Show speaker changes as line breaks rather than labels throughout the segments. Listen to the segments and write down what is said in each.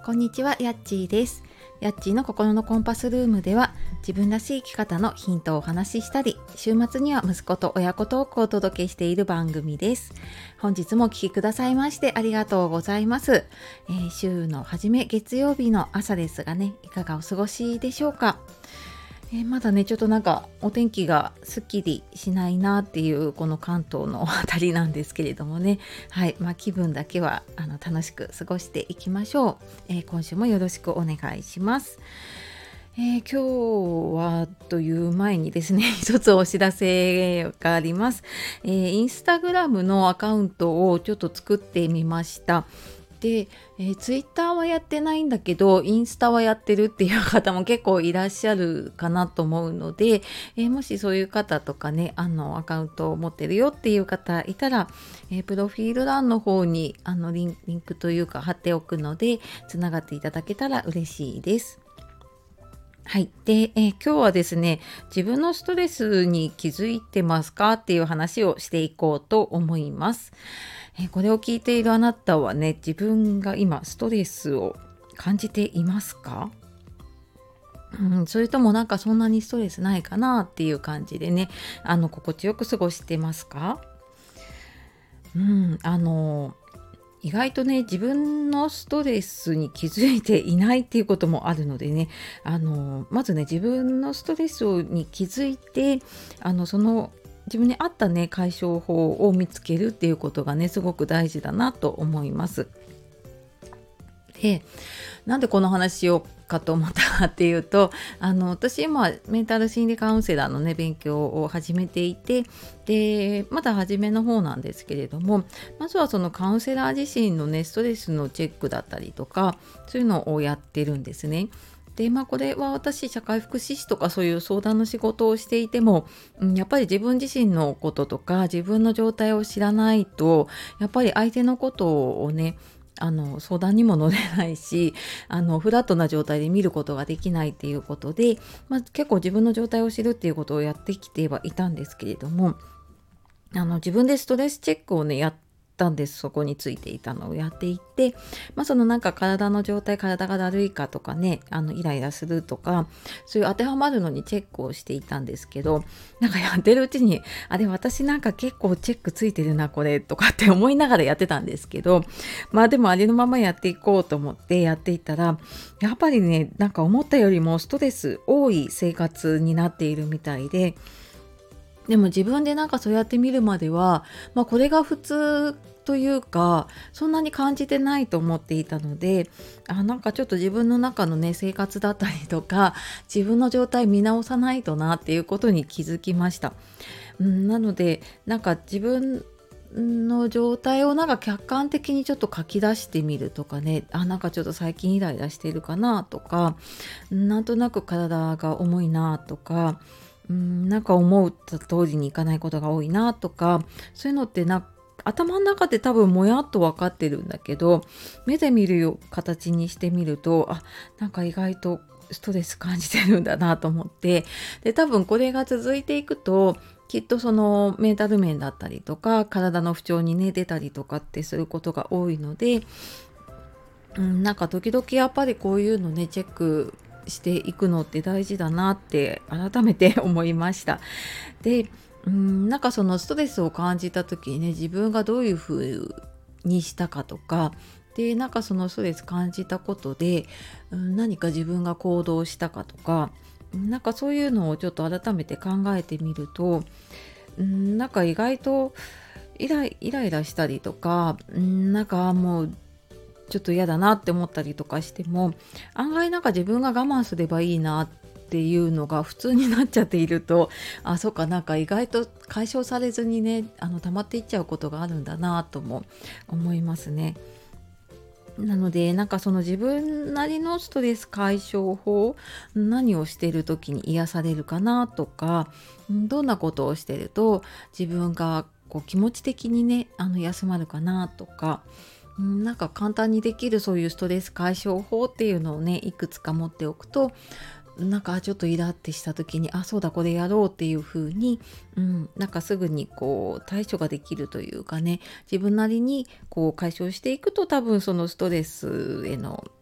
こんにちは、やっちーです。やっちーの心のコンパスルームでは、自分らしい生き方のヒントをお話ししたり、週末には息子と親子トークをお届けしている番組です。本日もお聞きくださいましてありがとうございます。週の初め月曜日の朝ですがね、いかがお過ごしでしょうか。まだねちょっとなんかお天気がすっきりしないなっていうこの関東のあたりなんですけれどもね、はい、気分だけは楽しく過ごしていきましょう。今週もよろしくお願いします。今日はという前にですね一つお知らせがあります。インスタグラムのアカウントをちょっと作ってみました。で、ツイッターはやってないんだけどインスタはやってるっていう方も結構いらっしゃるかなと思うので、もしそういう方とかねアカウントを持ってるよっていう方いたら、プロフィール欄の方にリンクというか貼っておくのでつながっていただけたら嬉しいです。はい。で、今日はですね、自分のストレスに気づいてますかっていう話をしていこうと思います。これを聞いているあなたはね、自分が今ストレスを感じていますか？それともなんかそんなにストレスないかなっていう感じでね、心地よく過ごしてますか？うん、意外とね自分のストレスに気づいていないっていうこともあるのでね、まずね自分のストレスに気づいてその自分に合ったね解消法を見つけるっていうことがねすごく大事だなと思います。で、なんでこの話しようかと思ったかっていうと、私今メンタル心理カウンセラーのね勉強を始めていて、でまだ初めの方なんですけれども、まずはそのカウンセラー自身のねストレスのチェックだったりとかそういうのをやってるんですね。でこれは私社会福祉士とかそういう相談の仕事をしていても、やっぱり自分自身のこととか自分の状態を知らないとやっぱり相手のことをね相談にも乗れないしフラットな状態で見ることができないっていうことで、結構自分の状態を知るっていうことをやってきてはいたんですけれども、自分でストレスチェックをねやったんです。そこについていたのをやっていって、そのなんか体の状態、体がだるいかとかねイライラするとかそういう当てはまるのにチェックをしていたんですけど、なんかやってるうちに私なんか結構チェックついてるなこれとかって思いながらやってたんですけど、でもありのままやっていこうと思ってやっていったら、やっぱりねなんか思ったよりもストレス多い生活になっているみたいで、でも自分でなんかそうやって見るまでは、これが普通というかそんなに感じてないと思っていたので、なんかちょっと自分の中のね生活だったりとか自分の状態見直さないとなっていうことに気づきました。なのでなんか自分の状態をなんか客観的にちょっと書き出してみるとかね、なんかちょっと最近イライラしているかなとか、なんとなく体が重いなとか、なんか思った通りにいかないことが多いなとか、そういうのって頭の中で多分もやっと分かってるんだけど、目で見るよ形にしてみると、なんか意外とストレス感じてるんだなと思って、で多分これが続いていくときっとそのメンタル面だったりとか体の不調にね出たりとかってすることが多いので、なんか時々やっぱりこういうのねチェックしていくのって大事だなって改めて思いました。で、なんかそのストレスを感じた時にね自分がどういうふうにしたかとかで、なんかそのストレス感じたことで、何か自分が行動したかとか、なんかそういうのをちょっと改めて考えてみると、なんか意外とイライラしたりとか、なんかもうちょっと嫌だなって思ったりとかしても、案外なんか自分が我慢すればいいなっていうのが普通になっちゃっていると、そうか、なんか意外と解消されずにね溜まっていっちゃうことがあるんだなとも思いますね。なのでなんかその自分なりのストレス解消法、何をしている時に癒されるかなとか、どんなことをしていると自分がこう気持ち的にね休まるかなとか、なんか簡単にできるそういうストレス解消法っていうのをねいくつか持っておくと、なんかちょっとイラってした時にそうだこれやろうっていう風に、なんかすぐにこう対処ができるというかね、自分なりにこう解消していくと多分そのストレスへの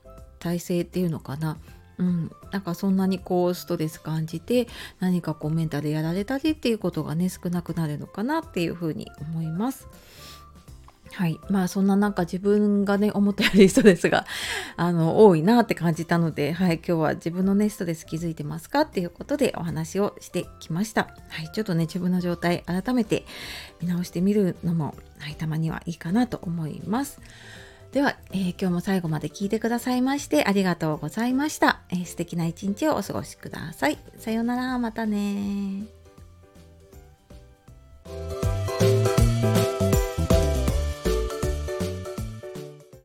体勢っていうのかな、なんかそんなにストレス感じて何かメンタルやられたりっていうことがね少なくなるのかなっていうふうに思います。はい、そんななんか自分がね思ったよりストレスが多いなって感じたので、はい、今日は自分のねストレス気づいてますかっていうことでお話をしてきました。はい、ちょっとね自分の状態改めて見直してみるのも、はい、たまにはいいかなと思います。では、今日も最後まで聞いてくださいましてありがとうございました。素敵な一日をお過ごしください。さようなら、またね。